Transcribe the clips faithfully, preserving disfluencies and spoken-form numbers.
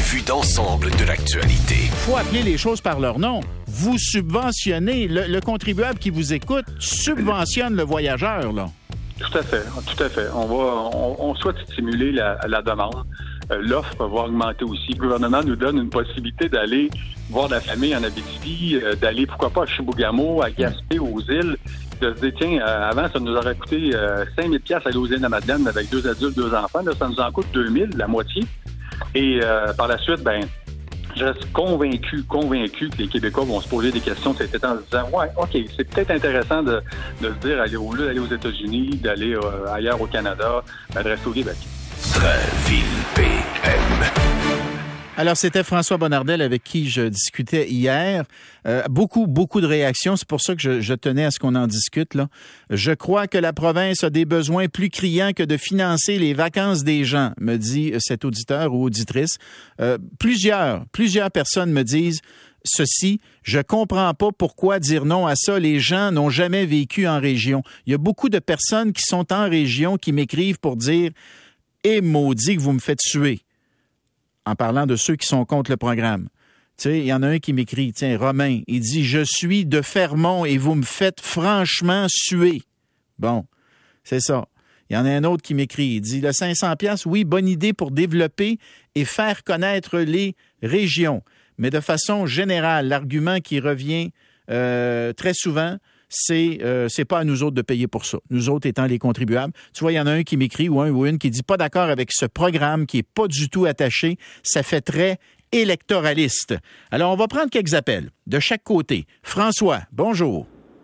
vue d'ensemble de l'actualité. Il faut appeler les choses par leur nom. Vous subventionnez, le, le contribuable qui vous écoute subventionne le voyageur, là. Tout à fait, tout à fait. On va, on, on souhaite stimuler la, la demande. Euh, l'offre va augmenter aussi. Le gouvernement nous donne une possibilité d'aller voir la famille en Abitibi, euh, d'aller, pourquoi pas, à Chibougamau, à Gaspé, aux îles, de se dire, tiens, euh, avant, ça nous aurait coûté euh, cinq mille dollars aller aux îles de la Madeleine avec deux adultes, deux enfants. Là, ça nous en coûte deux mille, la moitié. Et euh, par la suite, ben, je reste convaincu, convaincu que les Québécois vont se poser des questions cet été en se disant, ouais, OK, c'est peut-être intéressant de, de se dire, aller au lieu d'aller aux États-Unis, d'aller euh, ailleurs au Canada, ben, de rester au Québec. Drainville P M. Alors, c'était François Bonnardel avec qui je discutais hier. Euh, beaucoup, beaucoup de réactions. C'est pour ça que je, je tenais à ce qu'on en discute, là. Je crois que la province a des besoins plus criants que de financer les vacances des gens, me dit cet auditeur ou auditrice. Euh, plusieurs, plusieurs personnes me disent ceci. Je comprends pas pourquoi dire non à ça. Les gens n'ont jamais vécu en région. Il y a beaucoup de personnes qui sont en région qui m'écrivent pour dire « Eh maudit que vous me faites suer ». En parlant de ceux qui sont contre le programme. Tu sais, il y en a un qui m'écrit, tiens, Romain, il dit « Je suis de Fermont et vous me faites franchement suer. » Bon, c'est ça. Il y en a un autre qui m'écrit, il dit « Le cinq cents dollars, oui, bonne idée pour développer et faire connaître les régions. Mais de façon générale, l'argument qui revient euh, très souvent, c'est euh, c'est pas à nous autres de payer pour ça. Nous autres étant les contribuables. Tu vois, il y en a un qui m'écrit ou un ou une qui dit pas d'accord avec ce programme qui est pas du tout attaché. Ça fait très électoraliste. Alors, on va prendre quelques appels de chaque côté. François, bonjour.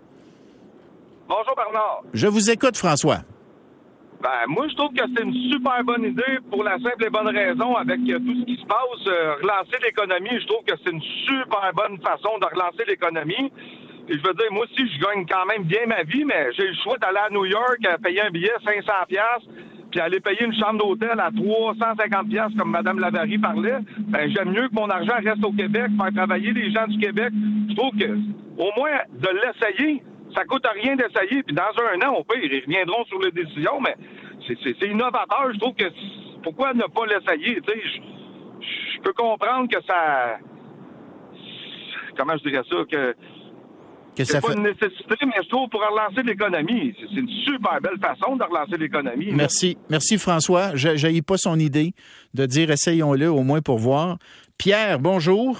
Bonjour Bernard. Je vous écoute, François. Ben, moi, je trouve que c'est une super bonne idée pour la simple et bonne raison avec euh, tout ce qui se passe. Euh, relancer l'économie, je trouve que c'est une super bonne façon de relancer l'économie. Et je veux dire, moi aussi, je gagne quand même bien ma vie, mais j'ai le choix d'aller à New York, à payer un billet cinq cents dollars, puis aller payer une chambre d'hôtel à trois cent cinquante dollars, comme Mme Lavary parlait. Ben, j'aime mieux que mon argent reste au Québec, faire travailler les gens du Québec. Je trouve que, au moins, de l'essayer, ça coûte rien d'essayer. Puis dans un an, au pire, ils reviendront sur les décisions, mais c'est, c'est, c'est innovateur. Je trouve que, pourquoi ne pas l'essayer? Tu sais, je, je peux comprendre que ça... Comment je dirais ça? Que... Que c'est ça pas fait... une nécessité, mais je trouve pour relancer l'économie. C'est, c'est une super belle façon de relancer l'économie. Merci. Là. Merci, François. Je n'haïs pas son idée de dire essayons-le au moins pour voir. Pierre, bonjour.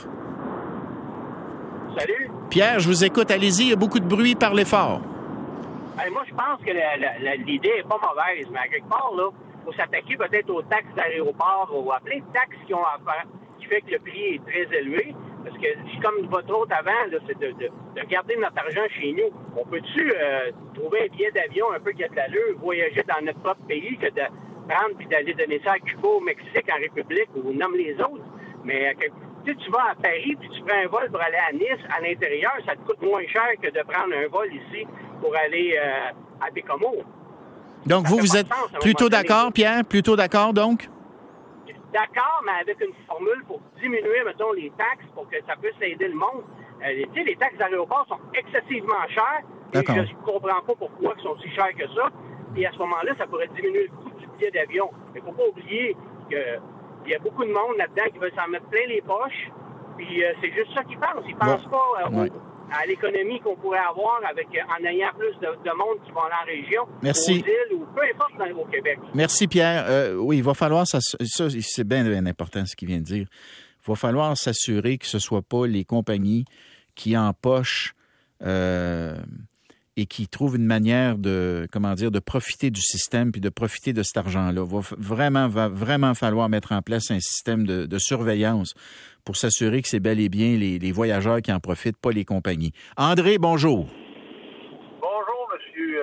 Salut. Pierre, je vous écoute. Allez-y, il y a beaucoup de bruit, parlez fort. Hey, moi, je pense que la, la, la, l'idée est pas mauvaise, mais à quelque part, là, il faut s'attaquer peut-être aux taxes d'aéroport ou à plein de taxes qui ont à faire, qui fait que le prix est très élevé. Parce que, comme votre autre avant, là, c'est de, de, de garder notre argent chez nous. On peut-tu euh, trouver un billet d'avion un peu qui a de l'allure, voyager dans notre propre pays, que de prendre puis d'aller donner ça à Cuba, au Mexique, en République, ou nomme les autres. Mais que, tu sais, tu vas à Paris puis tu prends un vol pour aller à Nice, à l'intérieur, ça te coûte moins cher que de prendre un vol ici pour aller euh, à Bécomo. Donc, ça vous, vous êtes sens, plutôt d'accord, Pierre? Plutôt d'accord, donc? D'accord, mais avec une formule pour diminuer, mettons, les taxes pour que ça puisse aider le monde. Euh, tu sais, les taxes d'aéroport sont excessivement chères. Et je ne comprends pas pourquoi ils sont si chers que ça. Et à ce moment-là, ça pourrait diminuer le coût du billet d'avion. Mais il ne faut pas oublier qu'il y a beaucoup de monde là-dedans qui veut s'en mettre plein les poches. Puis euh, c'est juste ça qu'ils pensent. Ils ne pensent bon. pas euh, ouais. au, à l'économie qu'on pourrait avoir avec en ayant plus de, de monde qui vont aller en région, Merci. aux îles ou peu importe dans, au Québec. Merci, Pierre. Euh, oui, il va falloir... Ça, ça c'est bien, bien important ce qu'il vient de dire. Il va falloir s'assurer que ce ne soit pas les compagnies qui empochent euh, et qui trouvent une manière de, comment dire, de profiter du système puis de profiter de cet argent-là. Il va vraiment, va vraiment falloir mettre en place un système de, de surveillance pour s'assurer que c'est bel et bien les, les voyageurs qui en profitent, pas les compagnies. André, bonjour. Bonjour, monsieur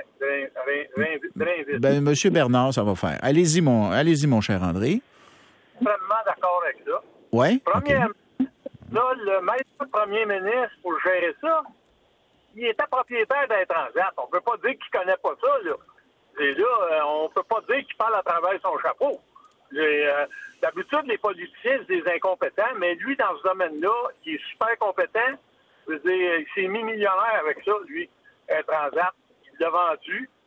euh, Drainville. Ben, monsieur Bernard, ça va faire. Allez-y, mon, allez-y, mon cher André. Vraiment d'accord avec ça. Oui? Premièrement, okay. là, le maître premier ministre, pour gérer ça, il était propriétaire d'un transat. On ne peut pas dire qu'il ne connaît pas ça, là. Et là, euh, on ne peut pas dire qu'il parle à travers son chapeau. Et, euh, d'habitude, les politiciens, c'est des incompétents, mais lui, dans ce domaine-là, il est super compétent. Je veux dire, il s'est mis millionnaire avec ça, lui, un transat. Il l'a vendu.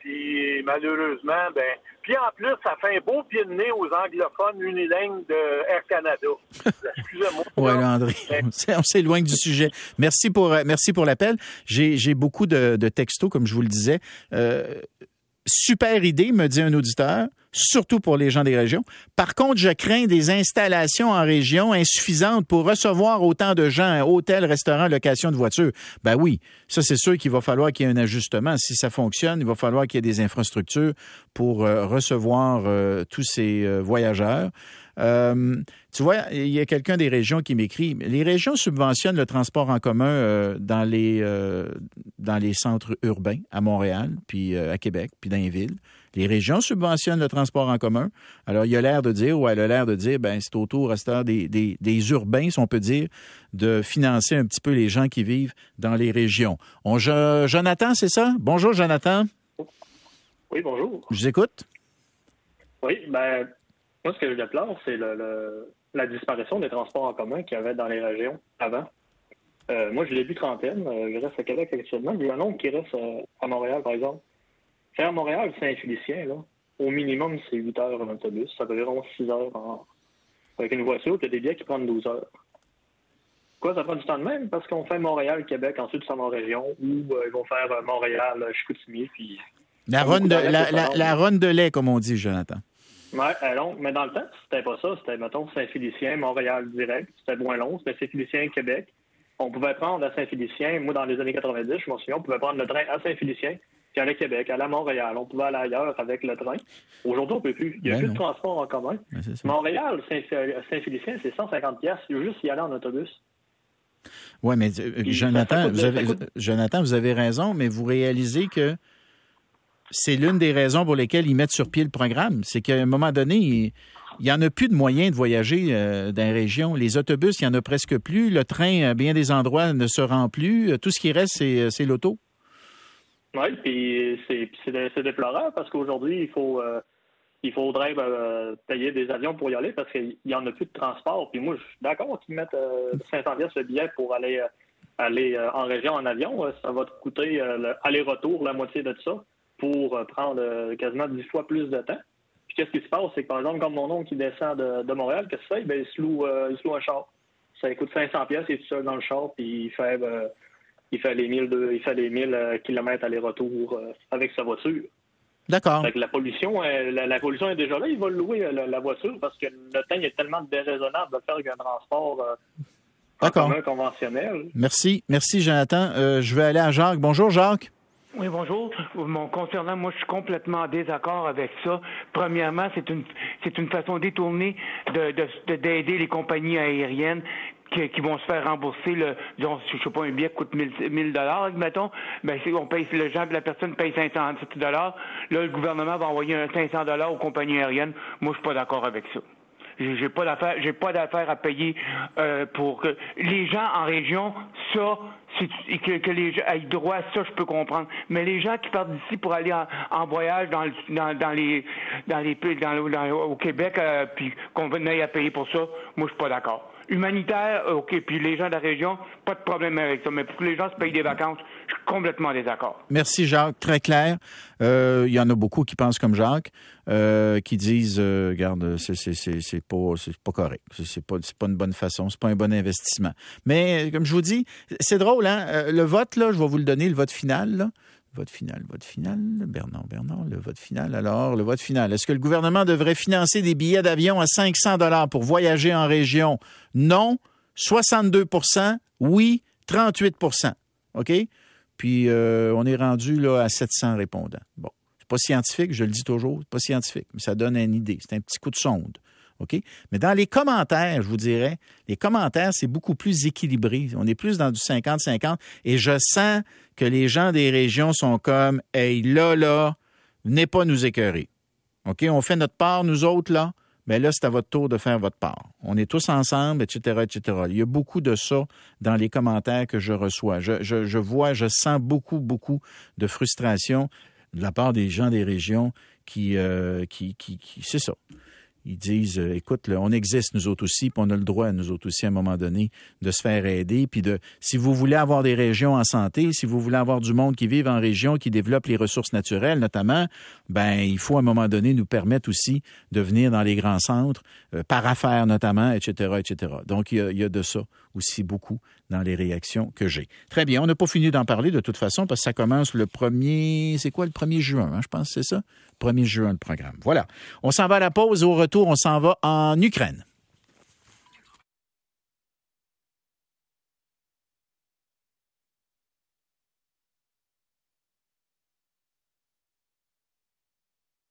Puis malheureusement, ben, puis en plus, ça fait un beau pied de nez aux anglophones unilingues de Air Canada. Excusez-moi. Oui, André, on s'éloigne du sujet. Merci pour, merci pour l'appel. J'ai, j'ai beaucoup de, de textos, comme je vous le disais. Euh, super idée, me dit un auditeur, surtout pour les gens des régions. Par contre, je crains des installations en région insuffisantes pour recevoir autant de gens, hôtels, restaurants, location de voitures. Ben oui, ça c'est sûr qu'il va falloir qu'il y ait un ajustement. Si ça fonctionne, il va falloir qu'il y ait des infrastructures pour euh, recevoir euh, tous ces euh, voyageurs. Euh, tu vois, il y a quelqu'un des régions qui m'écrit, les régions subventionnent le transport en commun euh, dans les euh, dans les centres urbains, à Montréal, puis euh, à Québec, puis dans les villes. Les régions subventionnent le transport en commun. Alors, il y a l'air de dire, ou elle a l'air de dire, ben c'est au tour restant des, des, des urbains, si on peut dire, de financer un petit peu les gens qui vivent dans les régions. On, je, Jonathan, c'est ça? Bonjour, Jonathan. Oui, bonjour. Je vous écoute. Oui, ben moi, ce que je déplore, c'est le, le, la disparition des transports en commun qu'il y avait dans les régions avant. Euh, moi, j'ai début trentaine, euh, je reste à Québec actuellement. Il y a un nombre qui reste euh, à Montréal, par exemple. Faire Montréal, Saint-Félicien, là, au minimum, c'est huit heures en autobus. Ça peut environ six heures en... avec une voiture. Il y a des billets qui prennent douze heures. Pourquoi ça prend du temps de même? Parce qu'on fait Montréal-Québec, ensuite ça en région, ou euh, ils vont faire euh, Montréal-Chicoutimi, puis... La ronde de, la, la, la ronde de lait, comme on dit, Jonathan. Oui, long. Mais dans le temps, c'était pas ça. C'était, mettons, Saint-Félicien, Montréal direct. C'était moins long. C'était Saint-Félicien, Québec. On pouvait prendre à Saint-Félicien, moi, dans les années quatre-vingt-dix, je m'en souviens, on pouvait prendre le train à Saint-Félicien, puis aller à Québec, aller à Montréal. On pouvait aller ailleurs avec le train. Aujourd'hui, on ne peut plus. Il n'y a ben plus non. de transport en commun. Ben Montréal, Saint-Félicien, c'est cent cinquante piastres. Il faut juste y aller en autobus. Oui, mais euh, Jonathan, vous avez, Jonathan, vous avez raison, mais vous réalisez que c'est l'une des raisons pour lesquelles ils mettent sur pied le programme. C'est qu'à un moment donné, il n'y en a plus de moyens de voyager euh, dans les régions. Les autobus, il n'y en a presque plus. Le train, à bien des endroits, ne se rend plus. Tout ce qui reste, c'est, c'est l'auto. Oui, puis c'est, c'est, c'est déplorant parce qu'aujourd'hui, il faut euh, il faudrait euh, payer des avions pour y aller parce qu'il n'y en a plus de transport. Puis moi, je suis d'accord qu'ils mettent euh, cinq cents piastres le billet pour aller, euh, aller euh, en région en avion. Ça va te coûter euh, le aller-retour, la moitié de ça, pour euh, prendre euh, quasiment dix fois plus de temps. Puis qu'est-ce qui se passe? C'est que, par exemple, comme mon oncle qui descend de, de Montréal, qu'est-ce que c'est? Ben, il se loue, euh, il se loue un char. Ça coûte cinq cents piastres, il est tout seul dans le char, puis il fait... Euh, Il fait les mille, de, il fait les mille euh, kilomètres aller-retour euh, avec sa voiture. D'accord. Fait que la pollution, euh, la, la pollution est déjà là. Il va louer euh, la, la voiture parce que le temps il est tellement déraisonnable de faire un transport euh, en commun conventionnel. Merci. Merci, Jonathan. Euh, je vais aller à Jacques. Bonjour, Jacques. Oui, bonjour. Mon concernant, moi, je suis complètement en désaccord avec ça. Premièrement, c'est une c'est une façon détournée de, de, de d'aider les compagnies aériennes qui, qui vont se faire rembourser le, disons, je sais pas, un billet coûte mille dollars, admettons. Ben, c'est, on paye, le gens, la personne paye cinq cents dollars. Là, le gouvernement va envoyer un cinq cents dollars aux compagnies aériennes. Moi, je suis pas d'accord avec ça. J'ai, j'ai pas d'affaire, j'ai pas d'affaire à payer euh, pour que les gens en région, ça, c'est, que, que les gens aient droit à ça, je peux comprendre. Mais les gens qui partent d'ici pour aller en, en voyage dans, dans, dans les, dans les, dans, dans, au Québec, euh, puis qu'on venait à payer pour ça, moi, je suis pas d'accord. Humanitaire, OK, puis les gens de la région, pas de problème avec ça. Mais pour que les gens se payent des vacances, je suis complètement en désaccord. Merci, Jacques. Très clair. Euh, il y en a beaucoup qui pensent comme Jacques, euh, qui disent, euh, regarde, c'est, c'est, c'est, c'est, pas, c'est pas correct. C'est, c'est, pas, c'est pas une bonne façon. C'est pas un bon investissement. Mais, comme je vous dis, c'est drôle, hein? Euh, le vote, là, je vais vous le donner, le vote final, là. Vote final, vote final, Bernard, Bernard, le vote final. Alors, le vote final. Est-ce que le gouvernement devrait financer des billets d'avion à cinq cents dollars pour voyager en région? Non. soixante-deux pour cent. Oui. trente-huit pour cent. OK? Puis, euh, on est rendu là à sept cents répondants. Bon. C'est pas scientifique, je le dis toujours, c'est pas scientifique, mais ça donne une idée. C'est un petit coup de sonde. OK? Mais dans les commentaires, je vous dirais, les commentaires, c'est beaucoup plus équilibré. On est plus dans du cinquante cinquante. Et je sens que les gens des régions sont comme, hey, là, là, venez pas nous écœurer. OK? On fait notre part, nous autres, là. Mais là, c'est à votre tour de faire votre part. On est tous ensemble, et cetera, et cetera. Il y a beaucoup de ça dans les commentaires que je reçois. Je, je, je vois, je sens beaucoup, beaucoup de frustration de la part des gens des régions qui, euh, qui, qui, qui c'est ça. ils disent, euh, écoute, là, on existe nous autres aussi, puis on a le droit, nous autres aussi, à un moment donné, de se faire aider. Puis de, si vous voulez avoir des régions en santé, si vous voulez avoir du monde qui vive en région, qui développe les ressources naturelles notamment, ben il faut à un moment donné nous permettre aussi de venir dans les grands centres, euh, par affaires notamment, et cetera, et cetera. Donc, il y a, il y a de ça aussi beaucoup dans les réactions que j'ai. Très bien, on n'a pas fini d'en parler de toute façon, parce que ça commence le premier, c'est quoi, le premier juin, hein, je pense, c'est ça? premier juin, le programme. Voilà. On s'en va à la pause. Au retour, on s'en va en Ukraine.